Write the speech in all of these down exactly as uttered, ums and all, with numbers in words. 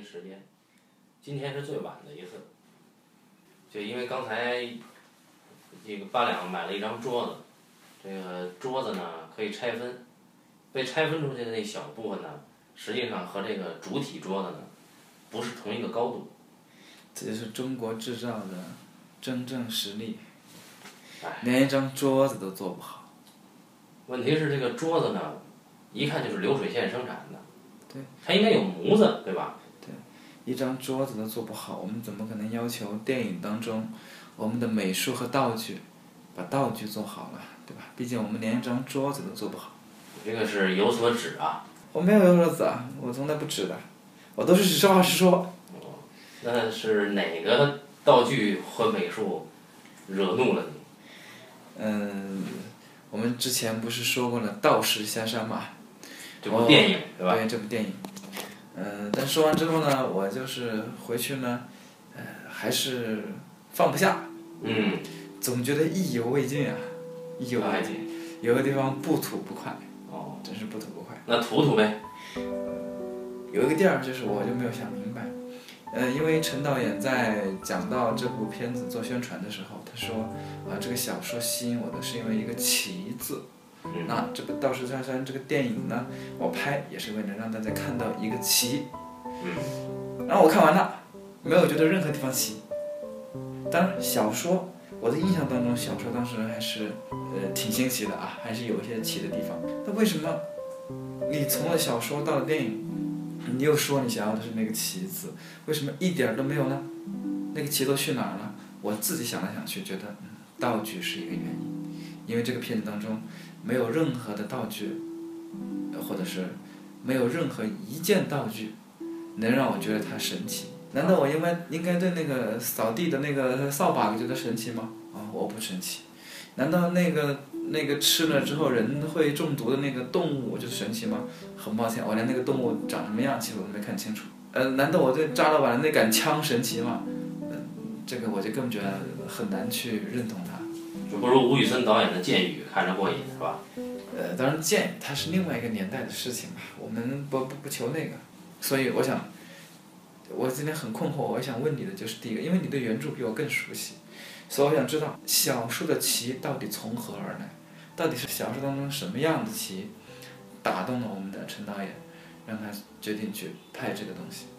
时间，今天是最晚的一次。就因为刚才这个八两买了一张桌子，这个桌子呢可以拆分，被拆分出去的那小部分呢，实际上和这个主体桌子呢不是同一个高度。 这就是中国制造的真正实力， 哎， 连一张桌子都做不好。 问题是这个桌子呢，一看就是流水线生产的， 对， 它应该有模子，对吧？ 对，一张桌子都做不好，我们怎么可能要求电影当中我们的美术和道具把道具做好了，对吧？毕竟我们连一张桌子都做不好。 这个是有所指啊。 我没有有所指啊，我从来不指的，我都是实话实说。 那是哪个道具和美术惹怒了你？ 嗯，我们之前不是说过了《道士下山》嘛？ 这部电影对吧？ 对，这部电影。嗯，但说完之后呢，我就是回去呢，呃，还是放不下。 嗯。 总觉得意犹未尽啊，意犹未尽，有个地方不吐不快。 哦。 真是不吐不快。 那吐吐呗。 有一个地儿就是我就没有想明白。呃，因为陈导演在讲到这部片子做宣传的时候，他说啊，这个小说吸引我的是因为一个奇字。 嗯、 那这个《道士下山》这个电影呢，我拍也是为了让大家看到一个奇。 嗯。 然后我看完了，没有觉得任何地方奇。当然，小说我的印象当中，小说当时还是呃挺新奇的啊，还是有一些奇的地方。那为什么你从了小说到了电影？你又说你想要的是那个旗字，为什么一点都没有呢？那个旗都去哪儿了？我自己想来想去，觉得嗯，道具是一个原因，因为这个片子当中没有任何的道具，或者是没有任何一件道具能让我觉得它神奇。难道我应该应该对那个扫地的那个扫把觉得神奇吗？啊，我不神奇。难道那个那个吃了之后人会中毒的那个动物就是神奇吗？很抱歉，我连那个动物长什么样其实我都没看清楚。呃，难道我对扎老板的那杆枪神奇吗？呃，这个我就更觉得很难去认同它。 就不如吴宇森导演的《剑雨》看着过瘾，是吧？ 呃，当然《剑雨》它是另外一个年代的事情吧，我们不不不求那个。所以我想，我今天很困惑，我想问你的就是第一个，因为你对原著比我更熟悉。所以我想知道小说的奇到底从何而来，到底是小说当中什么样的奇打动了我们的陈导演，让他决定去拍这个东西。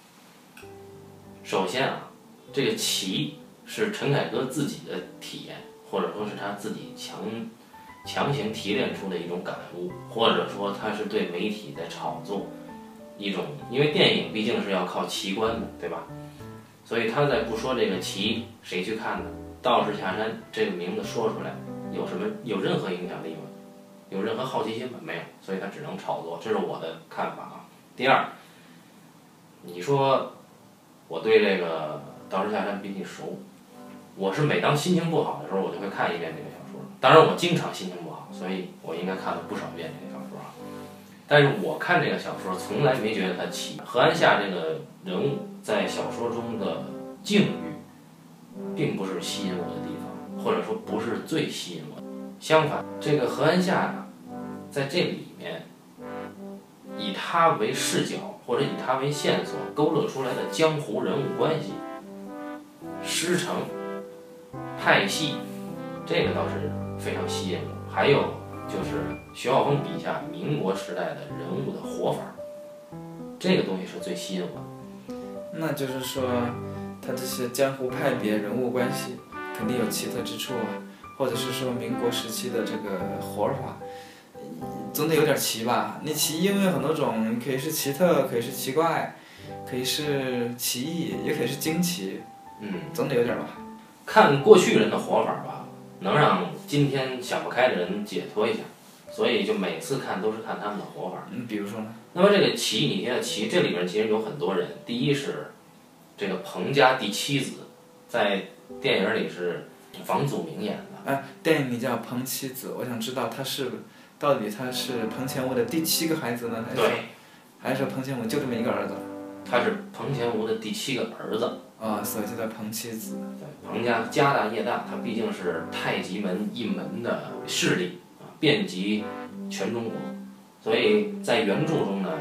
首先啊，这个奇是陈凯歌自己的体验，或者说是他自己强强行提炼出的一种感悟，或者说他是对媒体在炒作一种，因为电影毕竟是要靠奇观的，对吧？所以他在不说这个奇谁去看呢？道士下山这个名字说出来有什么有任何影响力吗？有任何好奇心吗？没有，所以他只能炒作，这是我的看法啊。第二，你说我对这个道士下山比你熟，我是每当心情不好的时候，我就会看一遍这个小说。当然我经常心情不好，所以我应该看了不少遍这个小说啊。但是我看这个小说从来没觉得它奇。何安夏这个人物在小说中的境遇并不是吸引我的地方，或者说不是最吸引我的。相反，这个何安夏呢，在这里面以他为视角或者以他为线索勾勒出来的江湖人物关系、师承、派系，这个倒是非常吸引我。还有就是徐浩峰笔下民国时代的人物的活法，这个东西是最吸引我的。 那就是说，他这些江湖派别人物关系肯定有奇特之处啊，或者是说民国时期的这个活法，总得有点奇吧？你奇因为有很多种，可以是奇特，可以是奇怪，可以是奇异，也可以是惊奇， 嗯， 总得有点吧。 看过去人的活法吧，能让今天想不开的人解脱一下，所以就每次看都是看他们的活法。 嗯，比如说呢？ 那么这个奇，你提的奇，这里边其实有很多人。第一是这个彭家第七子，在电影里是房祖名演的。 哎，电影里叫彭七子，我想知道他是到底他是彭乾吾的第七个孩子呢，还是对， 还是说彭乾吾就这么一个儿子？ 他是彭乾吾的第七个儿子。 啊、哦，所以就叫彭七子。 对，彭家家大业大，他毕竟是太极门一门的势力啊，遍及全中国。所以在原著中呢，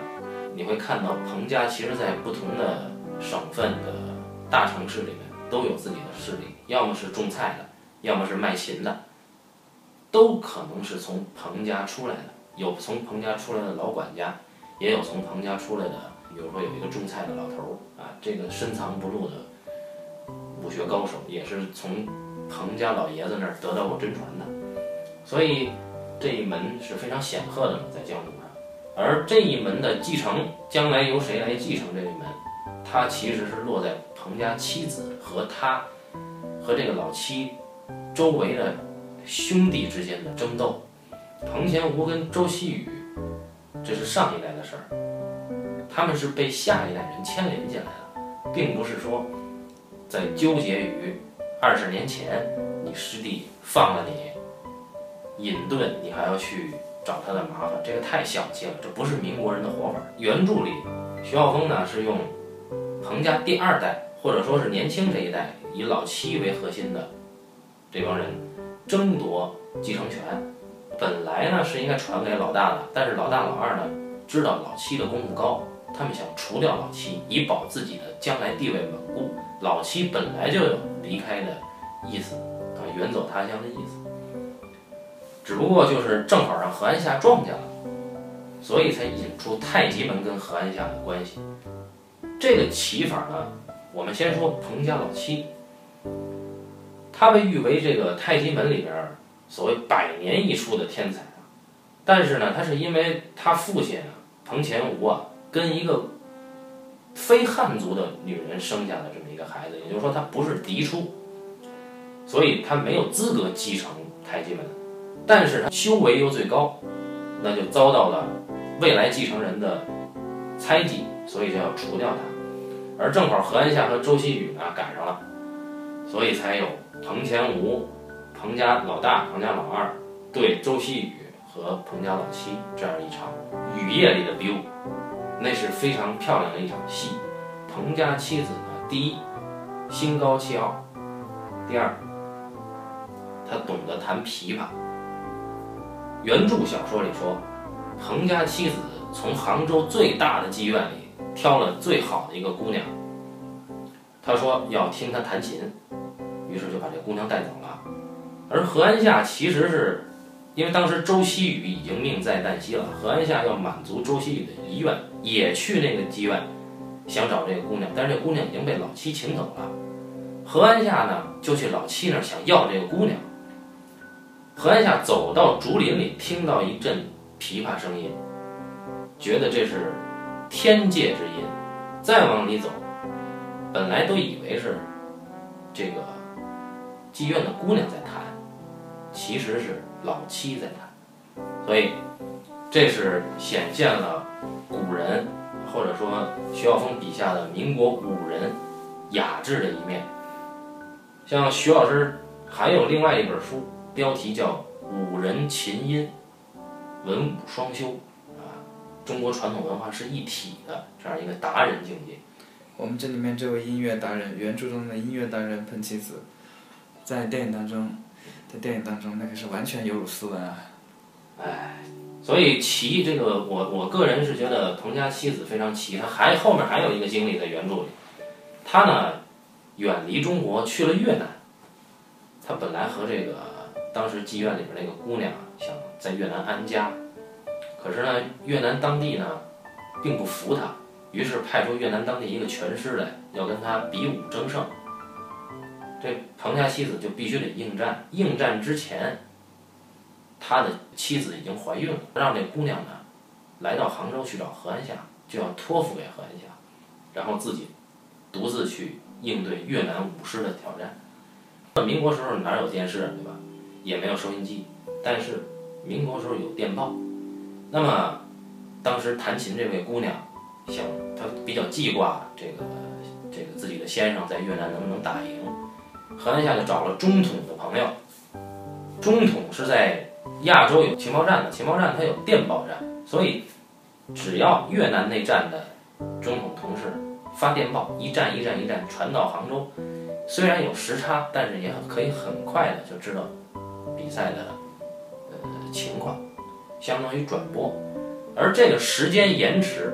你会看到彭家其实在不同的省份的大城市里面都有自己的势力，要么是种菜的，要么是卖琴的，都可能是从彭家出来的。有从彭家出来的老管家，也有从彭家出来的，比如说有一个种菜的老头儿啊，这个深藏不露的武学高手，也是从彭家老爷子那儿得到过真传的。所以这一门是非常显赫的嘛，在江湖上。而这一门的继承，将来由谁来继承这一门，它其实是落在彭家妻子和他和这个老七周围的兄弟之间的争斗。彭乾吴跟周希宇，这是上一代的事儿，他们是被下一代人牵连进来的，并不是说在纠结于二十年前你师弟放了你隐遁，你还要去找他的麻烦，这个太小气了，这不是民国人的活法。原著里，徐浩峰呢是用彭家第二代或者说是年轻这一代，以老七为核心的这帮人争夺继承权。本来呢是应该传给老大的，但是老大老二呢知道老七的功夫高，他们想除掉老七，以保自己的将来地位稳固。老七本来就有离开的意思啊，远走他乡的意思，只不过就是正好让何安夏撞见了，所以才引出太极门跟何安夏的关系。这个起法呢，我们先说彭家老七，他被誉为这个太极门里边所谓百年一出的天才，但是呢，他是因为他父亲啊彭乾吴啊跟一个非汉族的女人生下的这么一个孩子，也就是说他不是嫡出，所以他没有资格继承太极门。但是他修为又最高，那就遭到了未来继承人的猜忌，所以就要除掉他。而正好何安夏和周希宇呢赶上了，所以才有彭乾吴、彭家老大、彭家老二对周希宇和彭家老七这样一场雨夜里的比武，那是非常漂亮的一场戏。彭家妻子呢，第一心高气傲，第二她懂得弹琵琶。原著小说里说，彭家妻子从杭州最大的妓院里挑了最好的一个姑娘，他说要听她弹琴，于是就把这姑娘带走了。而何安夏其实是因为当时周希宇已经命在旦夕了，何安夏要满足周希宇的遗愿，也去那个妓院想找这个姑娘，但是这姑娘已经被老七请走了。何安夏呢就去老七那儿想要这个姑娘。何安夏走到竹林里，听到一阵琵琶声音，觉得这是天界之音，再往里走，本来都以为是这个妓院的姑娘在弹，其实是老七在弹，所以这是显现了古人或者说徐浩峰笔下的民国武人雅致的一面。像徐老师还有另外一本书，标题叫《武人琴音》，文武双修啊，中国传统文化是一体的这样一个达人境界。 我们这里面这位音乐达人，原著中的音乐达人彭七子，在电影当中，在电影当中那可是完全有辱斯文啊！ 哎，所以奇这个我我个人是觉得彭家妻子非常奇，他还后面还有一个经历在原著里，他呢远离中国去了越南，他本来和这个当时妓院里边那个姑娘想在越南安家，可是呢越南当地呢并不服他，于是派出越南当地一个拳师来要跟他比武争胜。这彭家妻子就必须得应战，应战之前他的妻子已经怀孕了，让这姑娘呢来到杭州去找何安夏，就要托付给何安夏，然后自己独自去应对越南武师的挑战。民国时候哪有电视对吧，也没有收音机，但是民国时候有电报。那么当时弹琴这位姑娘想，她比较记挂这个这个自己的先生在越南能不能打赢，何安夏就找了中统的朋友，中统是在亚洲有情报站的，情报站它有电报站，所以只要越南那站的中统同事发电报，一站一站一站传到杭州，虽然有时差，但是也可以很快的就知道比赛的呃情况，相当于转播。而这个时间延迟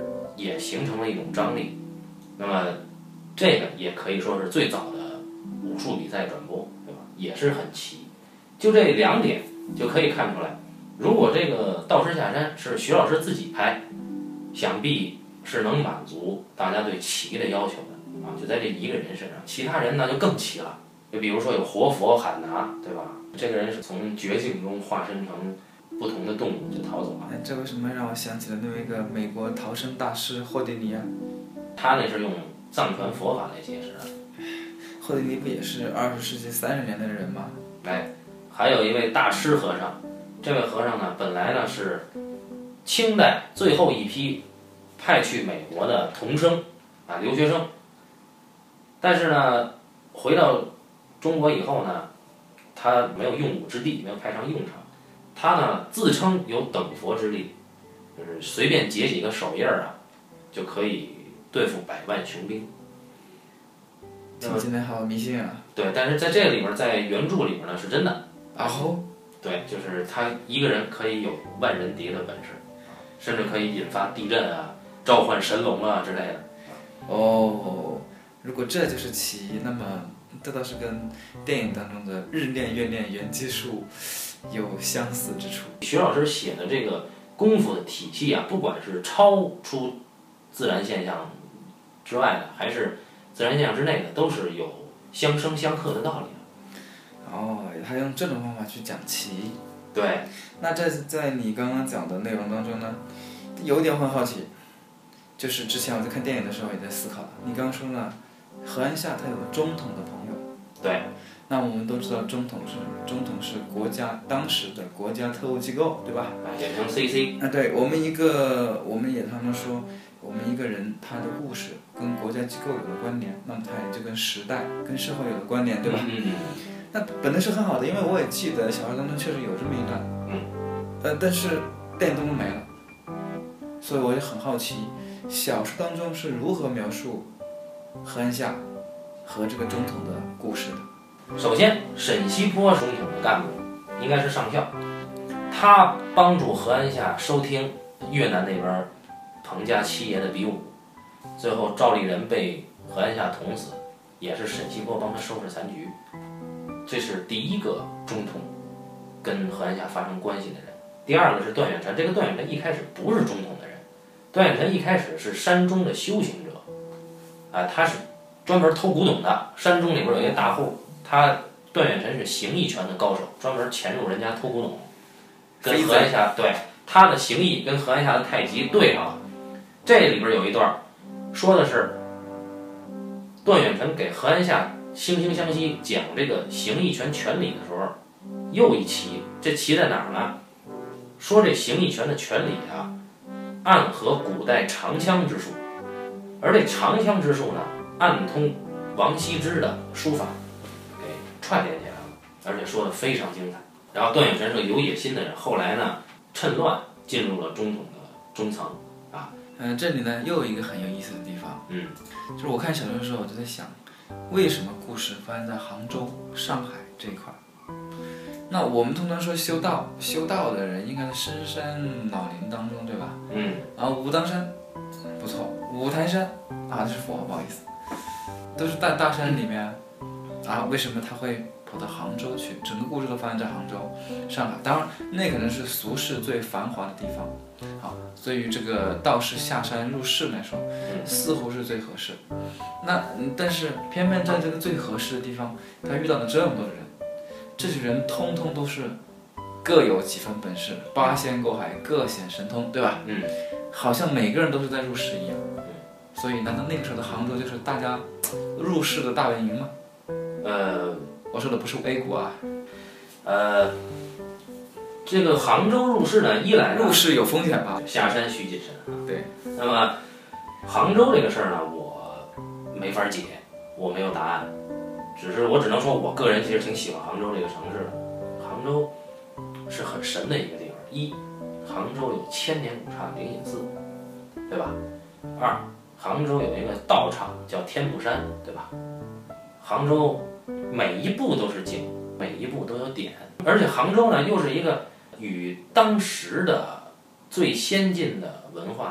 也形成了一种张力。那么这个也可以说是最早的武术比赛转播，对吧？也是很奇。就这两点就可以看出来，如果这个道士下山是徐老师自己拍，想必是能满足大家对奇的要求的啊，就在这一个人身上，其他人那就更奇了。就比如说有活佛喊拿，对吧？这个人是从绝境中化身成不同的动物就逃走了。 哎，这为什么让我想起了那么一个美国逃生大师霍迪尼啊？ 他那是用藏传佛法来解释的。 霍迪尼不也是二十世纪三十年代的人吗？ 哎，还有一位大师和尚，这位和尚呢，本来呢是清代最后一批派去美国的童生啊留学生，但是呢，回到中国以后呢，他没有用武之地，没有派上用场。他呢自称有等佛之力，就是随便结几个手印儿啊，就可以对付百万雄兵。 听起来好迷信啊！ 对，但是在这里面，在原著里面呢是真的。 哦， 对，就是他一个人可以有万人敌的本事，甚至可以引发地震啊、召唤神龙啊之类的。 哦，如果这就是奇，那么这倒是跟电影当中的日练月练元技术有相似之处。 徐老师写的这个功夫的体系啊，不管是超出自然现象之外的，还是自然现象之内的，都是有相生相克的道理的。 哦，他用这种方法去讲奇。 对。 那这在你刚刚讲的内容当中呢，有一点很好奇，就是之前我在看电影的时候也在思考，你刚刚说了，何安夏他有中统的朋友。 对。 那我们都知道中统是中统是国家当时的国家特务机构，对吧？ 啊，简称 C C。 啊，对，我们一个我们也常常说，我们一个人他的故事跟国家机构有了关联，那么他也就跟时代、跟社会有了关联，对吧？ 嗯嗯。 那本来是很好的，因为我也记得小说当中确实有这么一段。 嗯。 呃，但是电影当中没了，所以我也很好奇，小说当中是如何描述何安夏和这个中统的故事的？ 首先，沈西坡中统的干部应该是上校，他帮助何安夏收听越南那边彭家七爷的比武，最后赵立仁被何安夏捅死，也是沈西坡帮他收拾残局。这是第一个中统跟何安夏发生关系的人。第二个是段远辰，这个段远辰一开始不是中统的人，段远辰一开始是山中的修行者，啊，他是专门偷古董的。山中里边有一个大户，他段远辰是形意拳的高手，专门潜入人家偷古董，跟何安夏对他的形意跟何安夏的太极对上了。这里边有一段说的是段远辰给何安夏惺惺相惜讲这个形意拳拳理的时候，又一奇，这奇在哪儿呢？说这形意拳的拳理啊，暗合古代长枪之术，而这长枪之术呢，暗通王羲之的书法，给串联起来了，而且说的非常精彩。然后段远辰是个有野心的人，后来呢，趁乱进入了中统的中层啊。 嗯、呃，这里呢又有一个很有意思的地方， 嗯， 就是我看小说的时候，我就在想，为什么故事发生在杭州、上海这一块？那我们通常说修道，修道的人应该是深山老林当中，对吧？ 嗯。 然后武当山，不错，五台山啊，这是佛，不好意思，都是大大山里面啊。为什么他会跑到杭州去？整个故事都发生在杭州、上海。当然，那可能是俗世最繁华的地方。好，对于这个道士下山入世来说，似乎是最合适。那但是偏偏在这个最合适的地方，他遇到了这么多的人。这些人通通都是各有几分本事，八仙过海，各显神通，对吧？ 嗯， 好像每个人都是在入世一样。所以，难道那个时候的杭州就是大家入世的大本营吗？ 呃， 我说的不是 A 股啊。 呃，这个杭州入世呢，一来呢入世有风险吧， 下山需谨慎啊。 对。 那么，杭州这个事儿呢，我没法解，我没有答案。只是我只能说，我个人其实挺喜欢杭州这个城市的。杭州是很神的一个地方。一，杭州有千年古刹灵隐寺，对吧？二，杭州有一个道场叫天目山，对吧？杭州每一步都是景，每一步都有点，而且杭州呢又是一个与当时的最先进的文化呢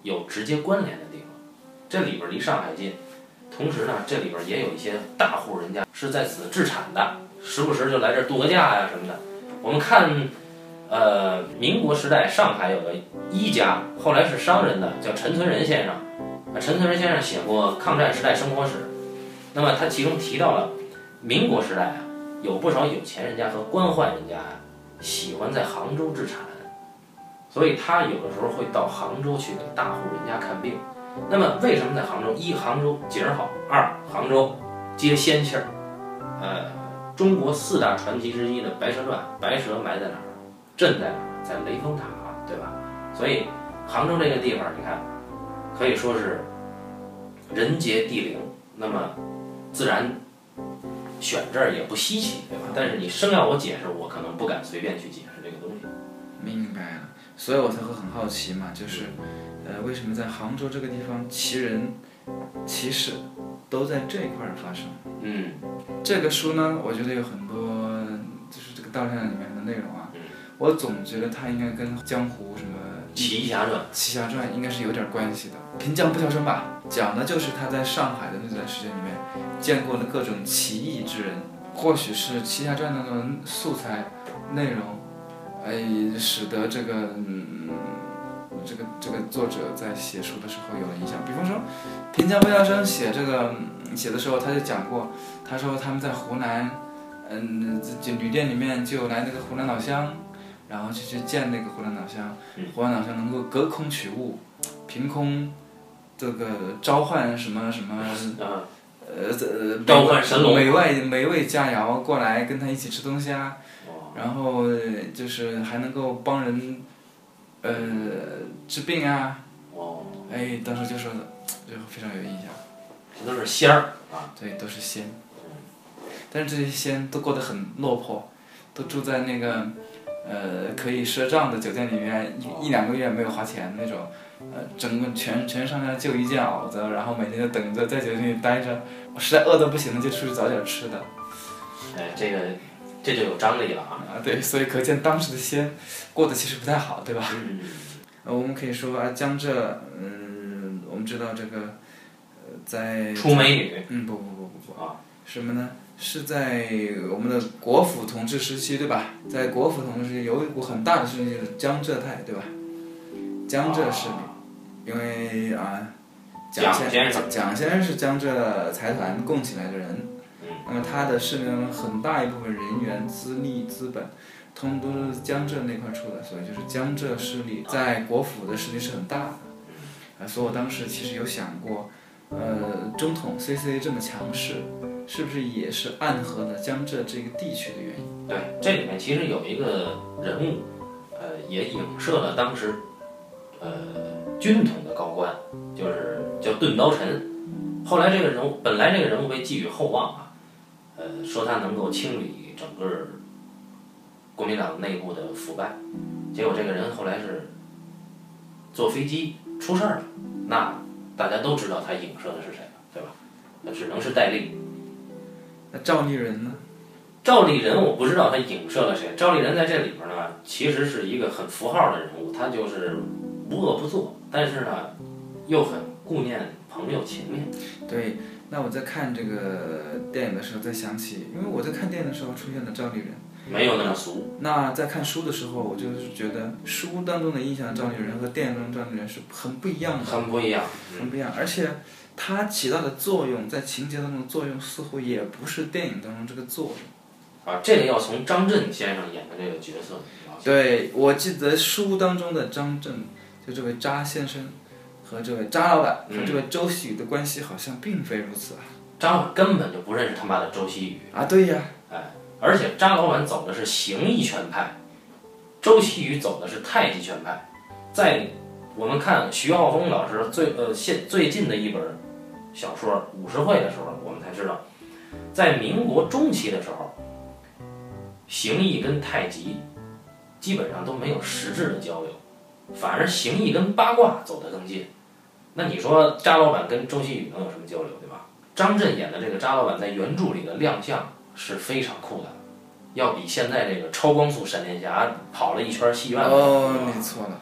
有直接关联的地方。这里边离上海近，同时呢，这里边也有一些大户人家是在此置产的，时不时就来这儿度个假呀、什么的。我们看，呃，民国时代上海有个医家，后来是商人的，叫陈存仁先生。啊，陈存仁先生写过《抗战时代生活史》，那么他其中提到了民国时代啊，有不少有钱人家和官宦人家啊，喜欢在杭州置产，所以他有的时候会到杭州去给大户人家看病。那么为什么在杭州？一，杭州景儿好；二，杭州接仙气儿。呃，中国四大传奇之一的《白蛇传》，白蛇埋在哪儿？镇在哪儿？在雷峰塔，对吧？所以杭州这个地方，你看，可以说是人杰地灵。那么自然选这儿也不稀奇，对吧？但是你生要我解释，我可能不敢随便去解释这个东西。 明白了，所以我才会很好奇嘛，就是，呃，为什么在杭州这个地方奇人奇事都在这一块儿发生？ 嗯， 这个书呢，我觉得有很多，就是这个道善里面的内容啊，我总觉得它应该跟江湖什么 《奇侠传》《 奇侠传》应该是有点关系的。平江不肖生吧，讲的就是他在上海的那段时间里面见过的各种奇异之人，或许是《奇侠传》的那种素材内容，哎，使得这个嗯，这个这个作者在写书的时候有了影响。比方说，平江不肖生写这个写的时候，他就讲过，他说他们在湖南，嗯，就旅店里面就有来那个湖南老乡。然后就去见那个湖南老乡，湖南老乡能够隔空取物，凭空这个召唤什么什么，呃呃， 召唤神龙， 美味美味佳肴过来跟他一起吃东西啊，然后就是还能够帮人，呃治病啊，哎，当时就说的，就非常有印象。 这都是仙儿啊， 对，都是仙，但是这些仙都过得很落魄，都住在那个。呃，可以赊账的酒店里面一一两个月没有花钱那种，呃，整个全全上下就一件袄子，然后每天就等着在酒店里待着，我实在饿得不行了就出去找点吃的。 哎，这个这就有张力了啊！ 啊，对，所以可见当时的仙过得其实不太好，对吧？ 嗯。 呃，我们可以说啊，江浙，嗯，我们知道这个，呃，在出美女。 嗯，不不不不不啊， 什么呢？是在我们的国府统治时期，对吧？在国府统治时期，有一股很大的势力就是江浙派，对吧？江浙势力，因为啊，蒋先生，蒋先生是江浙财团供起来的人，那么他的势力中很大一部分人员、资历、资本，通通都是江浙那块出的，所以就是江浙势力在国府的势力是很大的。啊，所以我当时其实有想过，呃，中统 C C 这么强势。是不是也是暗合了江浙这个地区的原因？ 对，这里面其实有一个人物，呃，也影射了当时，呃，军统的高官，就是叫钝刀陈。后来这个人物，本来这个人物被寄予厚望啊，呃，说他能够清理整个国民党内部的腐败，结果这个人后来是坐飞机出事儿了，那大家都知道他影射的是谁了，对吧？那只能是戴笠。 那赵立仁呢？ 赵立仁我不知道他影射了谁。赵立仁在这里边呢，其实是一个很符号的人物，他就是无恶不作，但是呢，又很顾念朋友情面。 对，那我在看这个电影的时候，在想起，因为我在看电影的时候出现了赵立仁， 没有那么俗。 那在看书的时候，我就是觉得书当中的印象赵立仁和电影中赵立仁是很不一样的， 很不一样， 很不一样，而且。它起到的作用，在情节当中的作用，似乎也不是电影当中这个作用。 啊，这个要从张震先生演的这个角色。 对，我记得书当中的张震，就这位查先生和这位查老板和这位周希宇的关系好像并非如此啊。 查老板根本就不认识他妈的周希宇啊，对呀， 哎，而且查老板走的是形意拳派，周希宇走的是太极拳派。在我们看徐浩峰老师最呃现最近的一本小说《武士会》的时候，我们才知道，在民国中期的时候，形意跟太极基本上都没有实质的交流，反而形意跟八卦走得更近。那你说查老板跟周希宇能有什么交流，对吧？张震演的这个查老板在原著里的亮相是非常酷的，要比现在这个超光速闪电侠跑了一圈戏院。 哦，你错了。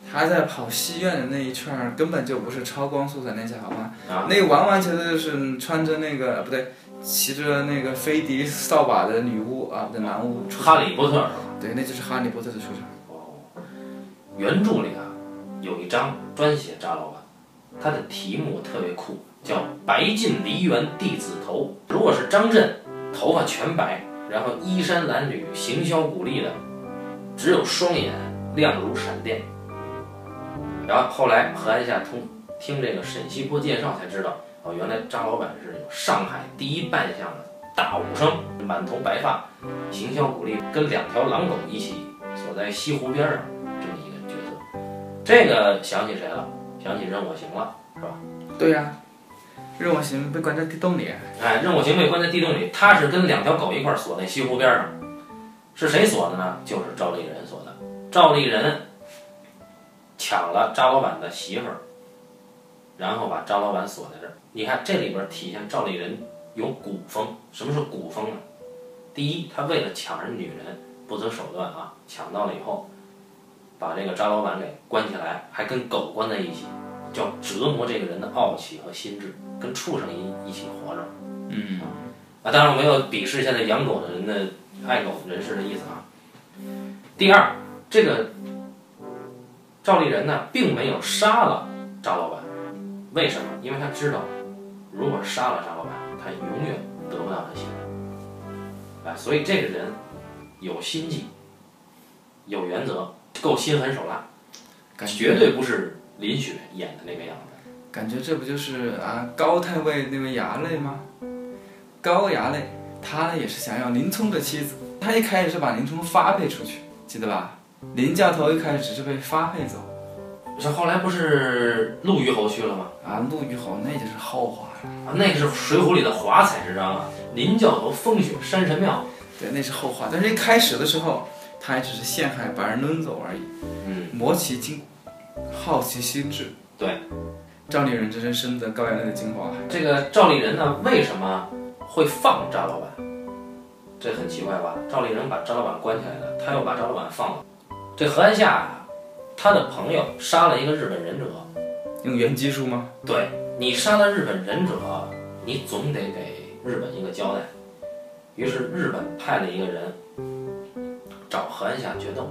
他在跑西院的那一圈儿根本就不是超光速闪电侠，好吗？ 啊， 那个完完全全就是穿着那个不对，骑着那个飞笛扫把的女巫啊的男巫出场。 哈利波特是吧？ 对，那就是哈利波特的出场。 哦，原著里啊有一章专写扎老板，他的题目特别酷，叫白尽梨园弟子头。如果是张震，头发全白，然后衣衫褴褛，行销鼓励的，只有双眼亮如闪电。然后后来何安夏通听这个沈西坡介绍才知道，哦，原来张老板是有上海第一扮相的大武生，满头白发，行销鼓励，跟两条狼狗一起锁在西湖边上这么一个角色。这个想起谁了？想起任我行了，是吧？ 对呀、啊，任我行被关在地洞里。 哎，任我行被关在地洞里，他是跟两条狗一块锁在西湖边上，是谁锁的呢？就是赵丽人锁的。赵丽人抢了张老板的媳妇儿，然后把张老板锁在这儿。你看这里边体现赵丽人有古风。什么是古风呢？第一，他为了抢人女人不择手段啊，抢到了以后，把这个张老板给关起来，还跟狗关在一起，叫折磨这个人的傲气和心智，跟畜生一一起活着。 嗯啊，当然我没有鄙视现在养狗的人的爱狗人士的意思啊。第二，这个赵丽人呢，并没有杀了张老板，为什么？因为他知道，如果杀了张老板，他永远得不到他媳妇儿。啊，所以这个人有心计，有原则，够心狠手辣，绝对不是林雪演的那个样子。 感觉这不就是啊高太尉那位衙内吗？高衙内他也是想要林冲的妻子，他一开始是把林冲发配出去，记得吧？林教头一开始只是被发配走， 这后来不是陆虞侯去了吗？ 啊，陆虞侯那就是后话了。 啊，那个是《水浒》里的华彩之章啊，林教头风雪山神庙。 对，那是后话。但是一开始的时候，他还只是陷害，把人抡走而已。 嗯， 磨其筋，耗其心智。 对， 赵丽人真是深得高衙内的精华。 这个赵丽人呢，为什么会放张老板？这很奇怪吧？赵丽人把张老板关起来了，他又把张老板放了。这何安夏啊，他的朋友杀了一个日本忍者。 用原技术吗？ 对，你杀了日本忍者，你总得给日本一个交代。于是日本派了一个人找何安夏决斗。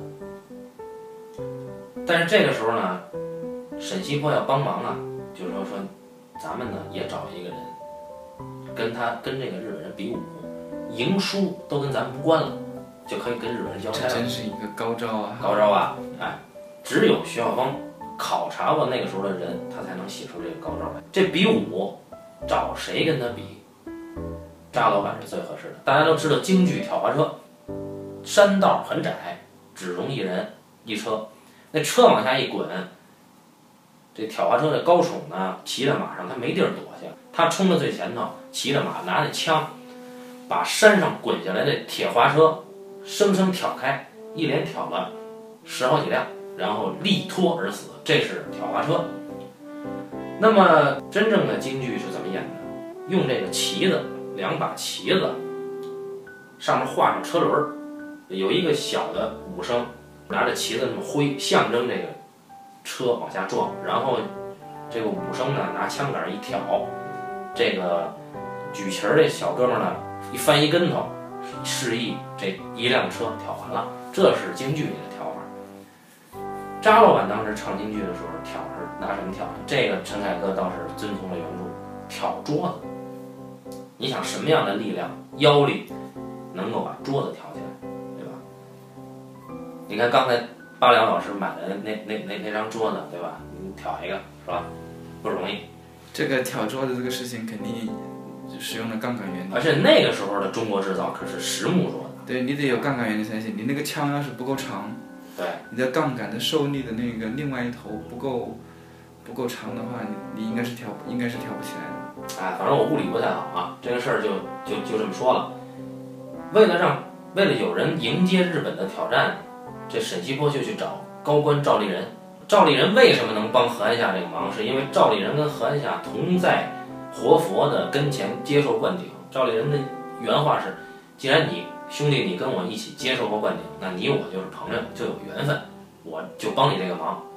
但是这个时候呢，沈西坡要帮忙啊，就是说说咱们呢也找一个人，跟他跟这个日本人比武，赢输都跟咱们无关了，就可以跟日本人交差了。 这真是一个高招啊！ 高招啊！哎，只有徐晓峰考察过那个时候的人，他才能写出这个高招来。这比武找谁跟他比？扎老板是最合适的。大家都知道京剧挑花车，山道很窄，只容一人一车，那车往下一滚，这挑花车的高宠呢，骑在马上，他没地儿躲下，他冲到最前头，骑着马，拿着枪，把山上滚下来的铁花车生生挑开，一连挑了十好几辆，然后力脱而死。这是挑花车。那么真正的京剧是怎么演的？用这个旗子，两把旗子，上面画上车轮，有一个小的武生拿着旗子那么挥，象征这个车往下撞，然后这个武生呢拿枪杆一挑，这个举旗儿这小哥们呢一翻一跟头，示意这一辆车挑完了。这是京剧里的挑法。扎老板当时唱京剧的时候挑是拿什么挑？这个陈凯歌倒是遵从了原著，挑桌子。你想什么样的力量、腰力能够把桌子挑起来，对吧？你看刚才八两老师买的那那那那张桌子，对吧？你挑一个是吧？不容易。 这个挑桌子这个事情肯定使用了杠杆原理， 而且那个时候的中国制造可是实木桌子。 对你得有杠杆原理才行。你那个枪要是不够长， 对， 你的杠杆的受力的那个另外一头不够不够长的话，你你应该是挑应该是挑不起来的。 哎，反正我物理不太好啊，这个事儿就就就这么说了。为了让为了有人迎接日本的挑战，这沈西坡就去找高官赵丽人。赵丽人为什么能帮何安夏这个忙？是因为赵丽人跟何安夏同在活佛的跟前接受灌顶。赵丽人的原话是：既然你兄弟你跟我一起接受过灌顶，那你我就是朋友，就有缘分，我就帮你这个忙。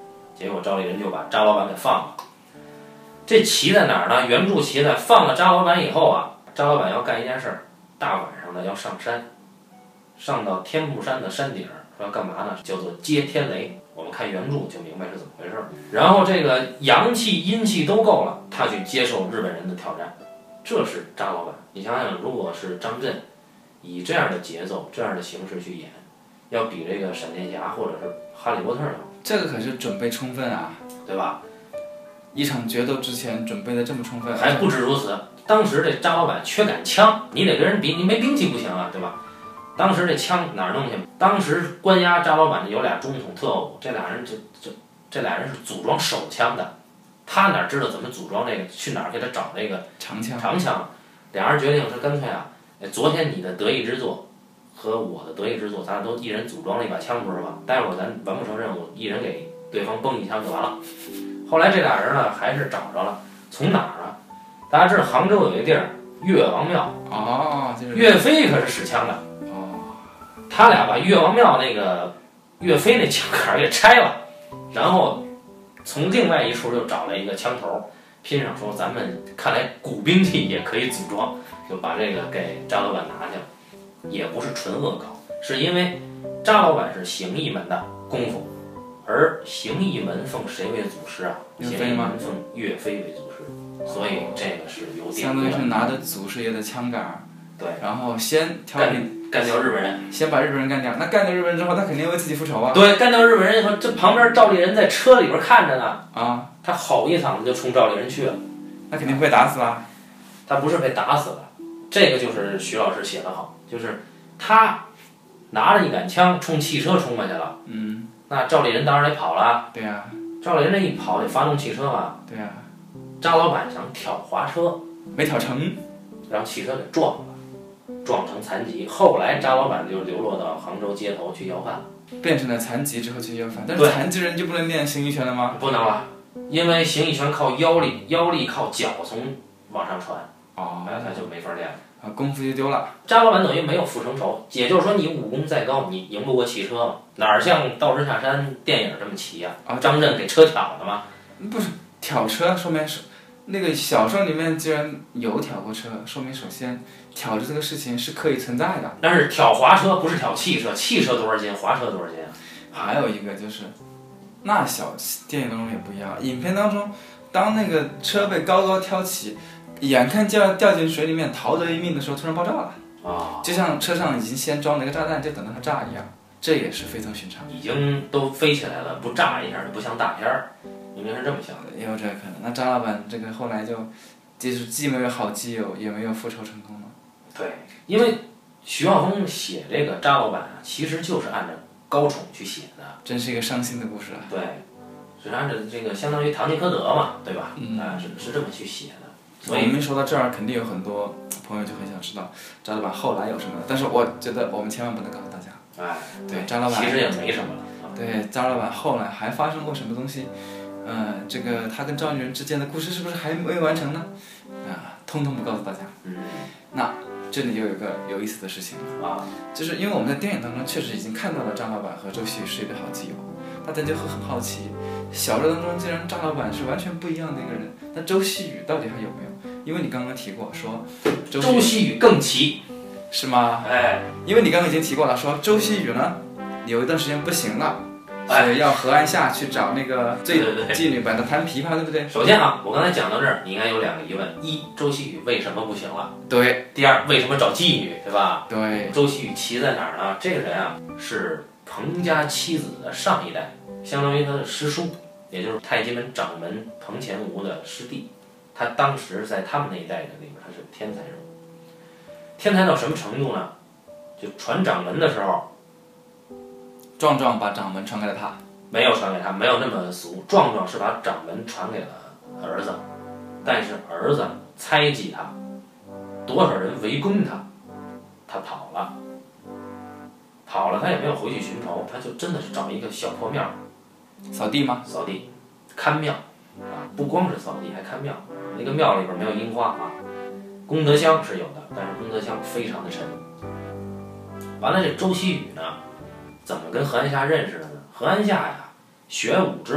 结果赵丽人就把扎老板给放了。这奇在哪儿呢？原著奇在放了扎老板以后啊，扎老板要干一件事儿，大晚上的要上山，上到天目山的山顶，说要干嘛呢？叫做接天雷。我们看原著就明白是怎么回事了。然后这个阳气阴气都够了，他去接受日本人的挑战，这是扎老板。你想想，如果是张震以这样的节奏、这样的形式去演，要比这个闪电侠或者是哈利波特呢？ 这个可是准备充分啊， 对吧？ 一场决斗之前准备的这么充分， 还不止如此。当时这扎老板缺杆枪，你得跟人比，你没兵器不行啊，对吧？当时这枪哪儿弄去？当时关押扎老板的有俩中统特务，这俩人这这这俩人是组装手枪的，他哪知道怎么组装这个？去哪儿给他找这个长枪？ 长枪。俩人决定是干脆啊，昨天你的得意之作和我的得意之作，咱俩都一人组装了一把枪，不是吧？待会儿咱完不成任务，一人给对方崩一枪就完了。后来这俩人呢，还是找着了，从哪儿啊？大家知道杭州有一个地儿岳王庙哦，就是岳飞可是使枪的哦， 他俩把岳王庙那个岳飞那枪杆给拆了，然后从另外一处又找了一个枪头拼上，说咱们看来古兵器也可以组装，就把这个给扎老板拿去了。也不是纯恶搞，是因为扎老板是形意门的功夫，而形意门奉谁为祖师啊？ 岳飞吗？ 形意门奉岳飞为祖师，所以这个是有点相当于是拿着祖师爷的枪杆， 对， 然后先挑干干掉日本人， 先把日本人干掉。那干掉日本人之后，他肯定为自己复仇啊。 对，干掉日本人以后，这旁边赵丽人在车里边看着呢， 啊， 他吼一嗓子就冲赵丽人去了， 那肯定会打死啦。 他不是被打死了，这个就是徐老师写得好。就是他拿着一杆枪冲汽车冲过去了， 嗯， 那赵丽人当然得跑了。 对呀、啊， 赵丽人这一跑得发动汽车嘛， 对呀、啊。 扎老板想挑滑车， 没挑成， 让汽车给撞了，撞成残疾。后来扎老板就流落到杭州街头去要饭， 变成了残疾之后去要饭。但是残疾人就不能练形意拳了吗？ 不能了，因为形意拳靠腰力，腰力靠脚从往上传， 哦， 那他就没法练了。 啊，功夫就丢了。 扎老板等于没有复成仇，也就是说你武功再高，你赢不过汽车嘛？哪儿像《道士下山》电影这么齐呀、啊？张震给车挑的吗？ 不是挑车，说明是那个小说里面既然有挑过车，说明首先挑着这个事情是可以存在的。 但是挑滑车不是挑汽车，汽车多少斤，滑车多少斤啊？ 还有一个就是，那小电影当中也不一样，影片当中，当那个车被高高挑起。眼看就要掉进水里面逃得一命的时候，突然爆炸了啊！ 就像车上已经先装了一个炸弹，就等着它炸一样，这也是非同寻常。 已经都飞起来了，不炸一下就不像大片儿，明明是这么想的。 也有这个可能。那扎老板这个后来就，就是既没有好基友，也没有复仇成功了。 对，因为徐浩峰写这个扎老板啊，其实就是按照高宠去写的。 真是一个伤心的故事啊。 对，是按照这个相当于堂吉诃德嘛，对吧？ 嗯， 啊，是是这么去写的。 所以我们说到这儿，肯定有很多朋友就很想知道扎老板后来有什么，但是我觉得我们千万不能告诉大家。 哎， 对，扎老板其实也没什么了。 对，扎老板后来还发生过什么东西？呃，这个他跟赵丽人之间的故事是不是还没完成呢？啊，通通不告诉大家。 嗯。 那这里又有一个有意思的事情了啊， 就是因为我们在电影当中确实已经看到了张老板和周希宇是一对好基友，大家就会很好奇，小说当中既然张老板是完全不一样的一个人，那周希宇到底还有没有？因为你刚刚提过说周周希宇更奇， 是吗？ 哎， 因为你刚刚已经提过了，说周希宇呢有一段时间不行了，所以要河岸下去找那个醉妓女把他弹琵琶，对不对？ 首先啊，我刚才讲到这儿，你应该有两个疑问：一，周希宇为什么不行了？ 对。 第二，为什么找妓女，对吧？ 对。 周希宇奇在哪儿呢？这个人啊是彭家妻子的上一代，相当于他的师叔，也就是太极门掌门彭乾吾的师弟。他当时在他们那一代人里边，他是天才人物。天才到什么程度呢？就传掌门的时候， 壮壮把掌门传给了他， 没有传给他，没有那么俗。壮壮是把掌门传给了儿子，但是儿子猜忌他，多少人围攻他，他跑了，跑了，他也没有回去寻仇，他就真的是找一个小破庙， 扫地吗？ 扫地，看庙，啊，不光是扫地，还看庙。那个庙里边没有樱花啊，功德箱是有的，但是功德箱非常的沉。完了，这周希宇呢，怎么跟何安夏认识的呢？何安夏呀，学武之后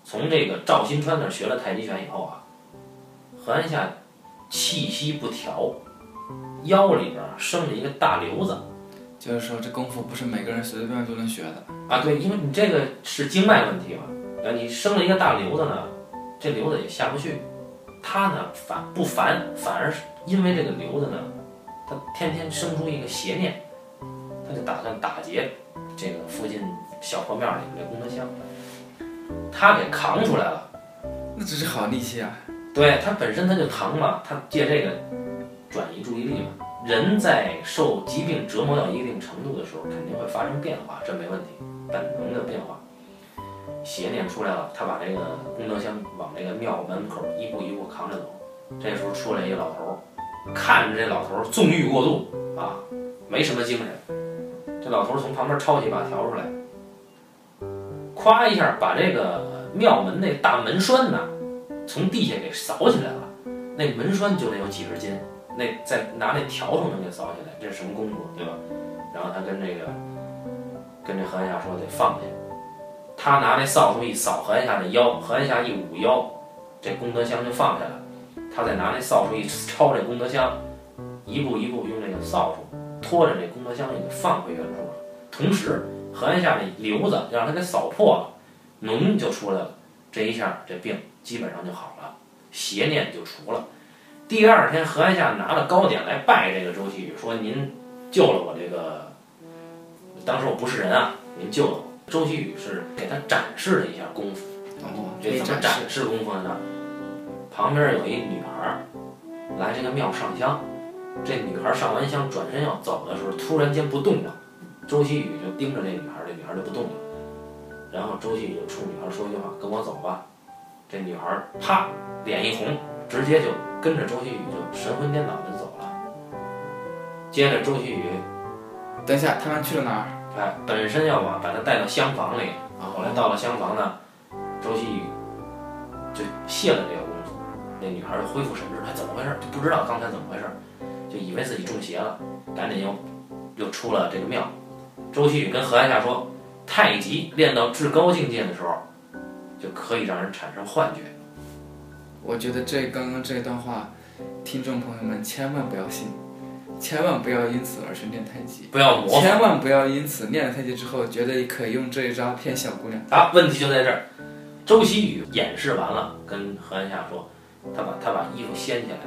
从这个赵新川那儿学了太极拳以后啊，何安夏气息不调，腰里边生了一个大瘤子。 就是说这功夫不是每个人随随便便就能学的啊。对，因为你这个是经脉问题嘛，啊，你生了一个大瘤子呢，这瘤子也下不去。他呢反不烦，反而是因为这个瘤子呢，他天天生出一个邪念，他就打算打劫这个附近小破庙里的这功德箱，他给扛出来了。 那只是好力气啊。 对，他本身他就疼嘛，他借这个转移注意力嘛。人在受疾病折磨到一定程度的时候，肯定会发生变化，这没问题，本能的变化。邪念出来了，他把这个功德箱往这个庙门口一步一步扛着走。这时候出来一个老头，看着这老头纵欲过度啊，没什么精神。这老头从旁边抄起把笤出来，咵一下把这个庙门那大门栓呢，从地下给扫起来了。那门栓就得有几十斤，那再拿那笤帚能给扫起来，这是什么功夫，对吧？然后他跟这个跟这何安夏说得放下。他拿这扫帚一扫何安夏的腰，何安夏一捂腰，这功德箱就放下了。他再拿那扫帚一抄这功德箱，一步一步用这个扫帚拖着这功德箱也给放回原处了。同时，何安夏这瘤子让他给扫破了，脓就出来了。这一下，这病基本上就好了，邪念就除了。第二天，何安夏拿了糕点来拜这个周希宇，说：“您救了我这个，当时我不是人啊，您救了我。”周希宇是给他展示了一下功夫。 哦， 这怎么展示功夫呢？旁边有一女孩来这个庙上香，这女孩上完香转身要走的时候，突然间不动了。周希宇就盯着这女孩，这女孩就不动了。然后周希宇就冲女孩说一句话：“跟我走吧。”这女孩啪脸一红，直接就跟着周希宇就神魂颠倒的走了。接着周希宇， 等一下，他们去了哪儿？ 哎，本身要把把他带到厢房里，后来到了厢房呢，周希宇就卸了这个功夫。那女孩就恢复神智，哎，怎么回事？就不知道刚才怎么回事，就以为自己中邪了，赶紧又又出了这个庙。周希宇跟何安夏说，太极练到至高境界的时候，就可以让人产生幻觉。 我觉得这刚刚这段话，听众朋友们千万不要信，千万不要因此而去练太极， 不要模仿， 千万不要因此练了太极之后，觉得可以用这一招骗小姑娘。 啊，问题就在这儿。周希宇演示完了，跟何安夏说，他把他把衣服掀起来，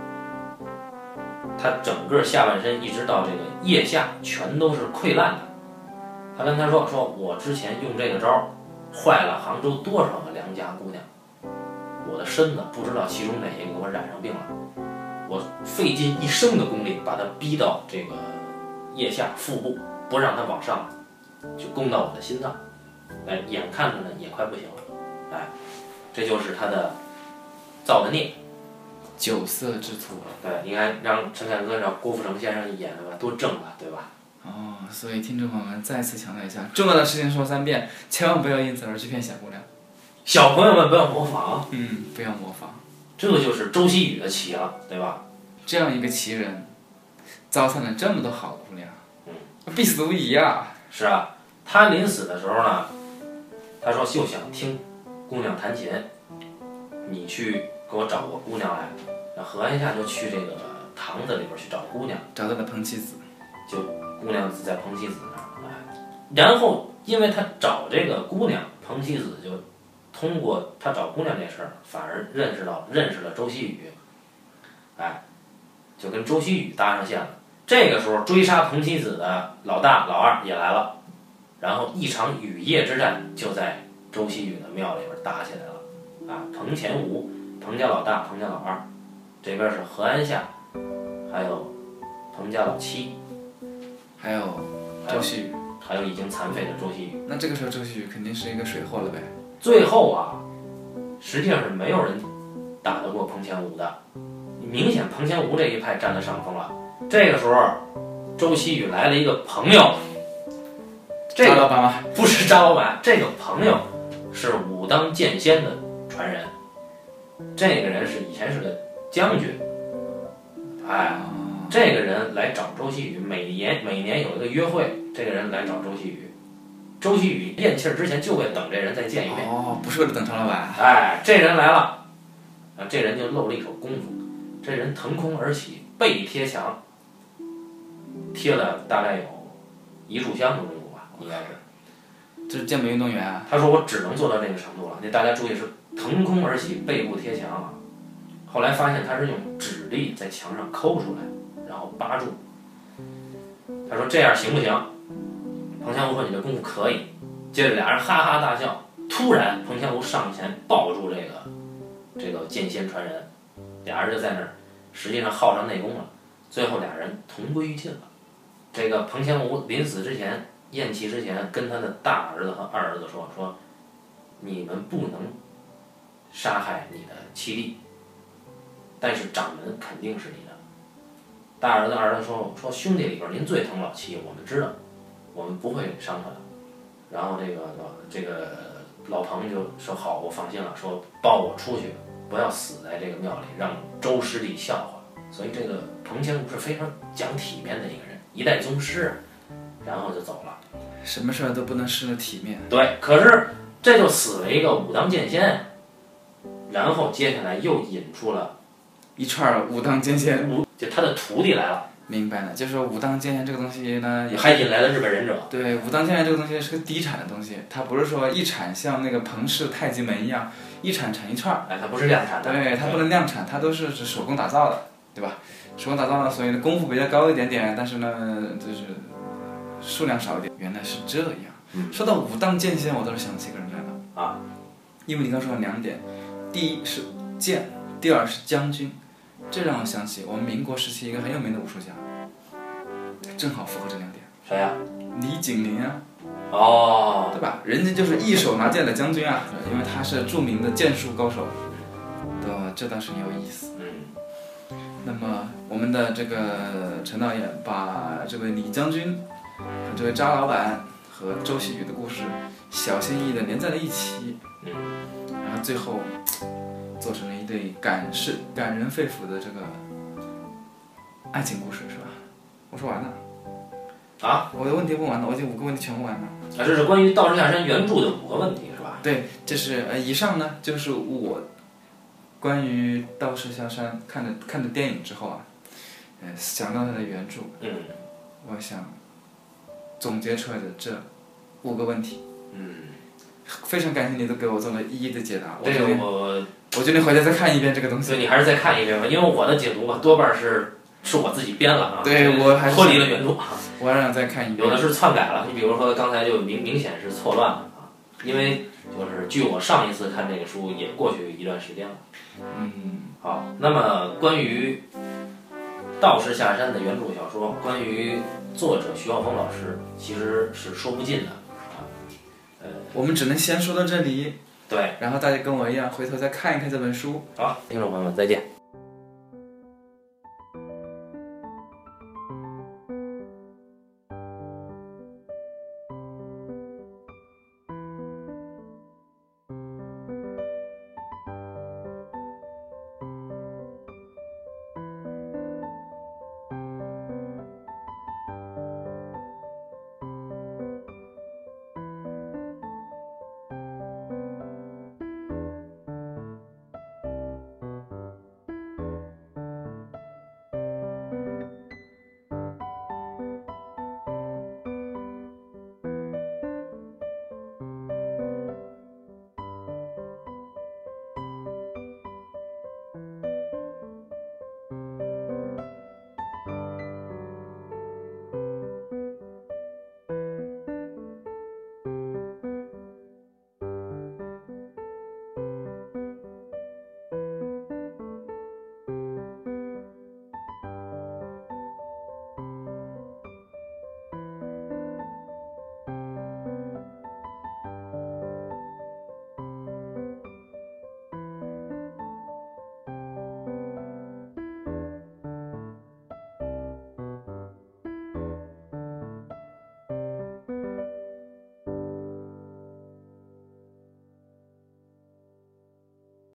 他整个下半身一直到这个腋下全都是溃烂的。他跟他说，说我之前用这个招坏了杭州多少个良家姑娘，我的身子不知道其中哪些给我染上病了，我费尽一生的功力把他逼到这个腋下腹部，不让他往上就攻到我的心脏，哎，眼看着呢也快不行了，哎，这就是他的造的孽。 酒色之徒。 对，你看让陈凯歌让郭富城先生演的吧，多正啊，对吧？ 哦，所以听众朋友们再次强调一下，重要的事情说三遍，千万不要因此而去骗小姑娘。 小朋友们不要模仿， 嗯，不要模仿， 这就是周希宇的奇了，对吧？ 这样一个奇人，糟蹋了这么多好姑娘， 嗯， 必死无疑啊！ 是啊，他临死的时候呢，他说就想听姑娘弹琴，你去给我找个姑娘来。那何安夏就去这个堂子里边去找姑娘， 找到了彭七子， 就姑娘在彭七子那儿，哎，然后因为他找这个姑娘，彭七子就通过他找姑娘这事儿，反而认识到认识了周希宇，哎，就跟周希宇搭上线了。这个时候追杀彭七子的老大老二也来了，然后一场雨夜之战就在周希宇的庙里边打起来了，啊，彭前吴、彭家老大、彭家老二，这边是何安夏，还有彭家老七， 还有周希宇， 还有已经残废的周希宇。 那这个时候周希宇肯定是一个水货了呗。 最后啊，实际上是没有人打得过彭前吴的，明显彭前吴这一派占了上风了。这个时候，周希宇来了一个朋友，这个张老板吗？ 不是张老板，这个朋友是武当剑仙的传人，这个人是以前是个将军，哎，这个人来找周希宇，每年每年有一个约会，这个人来找周希宇， 周希宇咽气儿之前就为等这人再见一面。 哦，不是为了等常老板。 哎，这人来了，啊，这人就露了一手功夫，这人腾空而起，背贴墙，贴了大概有一炷香的功夫吧，应该是。 这是健美运动员啊。 他说我只能做到这个程度了，那大家注意是腾空而起，背部贴墙啊。后来发现他是用指力在墙上抠出来，然后扒住。他说这样行不行？彭香湖说你这功夫可以。接着俩人哈哈大笑。突然彭香湖上前抱住这个这个剑仙传人，俩人就在那儿，实际上耗上内功了。最后俩人同归于尽了。这个彭香湖临死之前咽气之前，跟他的大儿子和二儿子说说，你们不能杀害你的七弟，但是掌门肯定是你的。大儿子二儿子说说兄弟里边您最疼老七，我们知道，我们不会伤他的。然后这个这个老彭就说好，我放心了，说抱我出去，不要死在这个庙里，让周师弟笑话。所以这个彭香湖是非常讲体面的一个人，一代宗师，然后就走了。 什么事儿都不能失了体面。 对，可是这就死了一个武当剑仙，然后接下来又引出了一串武当剑仙， 就他的徒弟来了。 明白了，就是说武当剑仙这个东西呢， 还引来了日本忍者。 对，武当剑仙这个东西是个低产的东西，它不是说一产像那个彭氏太极门一样，一产产一串。 哎，它不是量产的。 对，它不能量产，它都是手工打造的，对吧？手工打造的，所以呢功夫比较高一点点，但是呢就是数量少一点。原来是这样。 嗯、 说到武当剑仙，我倒是想起一个人来了啊， 因为你刚说了两点，第一是剑，第二是将军。这让我想起我们民国时期一个很有名的武术家，正好符合这两点。 谁呀、啊？ 李景麟啊。 哦， 对吧？人家就是一手拿剑的将军啊，因为他是著名的剑术高手。对吧？这倒是很有意思。 嗯。 那么我们的这个陈导演把这位李将军和这位扎老板和周希宇的故事小心翼翼地连在了一起。 嗯。 然后最后做成了一对感是感人肺腑的这个爱情故事，是吧？我说完了。 啊， 我的问题问完了，我已经五个问题全问完了。 啊，这是关于《道士下山》原著的五个问题，是吧？ 对，这是呃，以上呢就是我关于《道士下山》看了看了电影之后啊，呃，想到它的原著， 嗯， 我想总结出来的这五个问题。 嗯， 非常感谢你都给我做了一一的解答。 这个我， 我决定回家再看一遍这个东西。 对，你还是再看一遍吧，因为我的解读吧，多半是。是我自己编了啊， 对，我还是脱离了原著， 我让再看一遍。 有的是篡改了，你比如说刚才就明明显是错乱了啊，因为就是据我上一次看这个书也过去一段时间了。 嗯， 好，那么关于《道士下山》的原著小说，关于作者徐浩峰老师其实是说不尽的啊。呃， 我们只能先说到这里。 对， 然后大家跟我一样，回头再看一看这本书。 好，听众朋友们再见。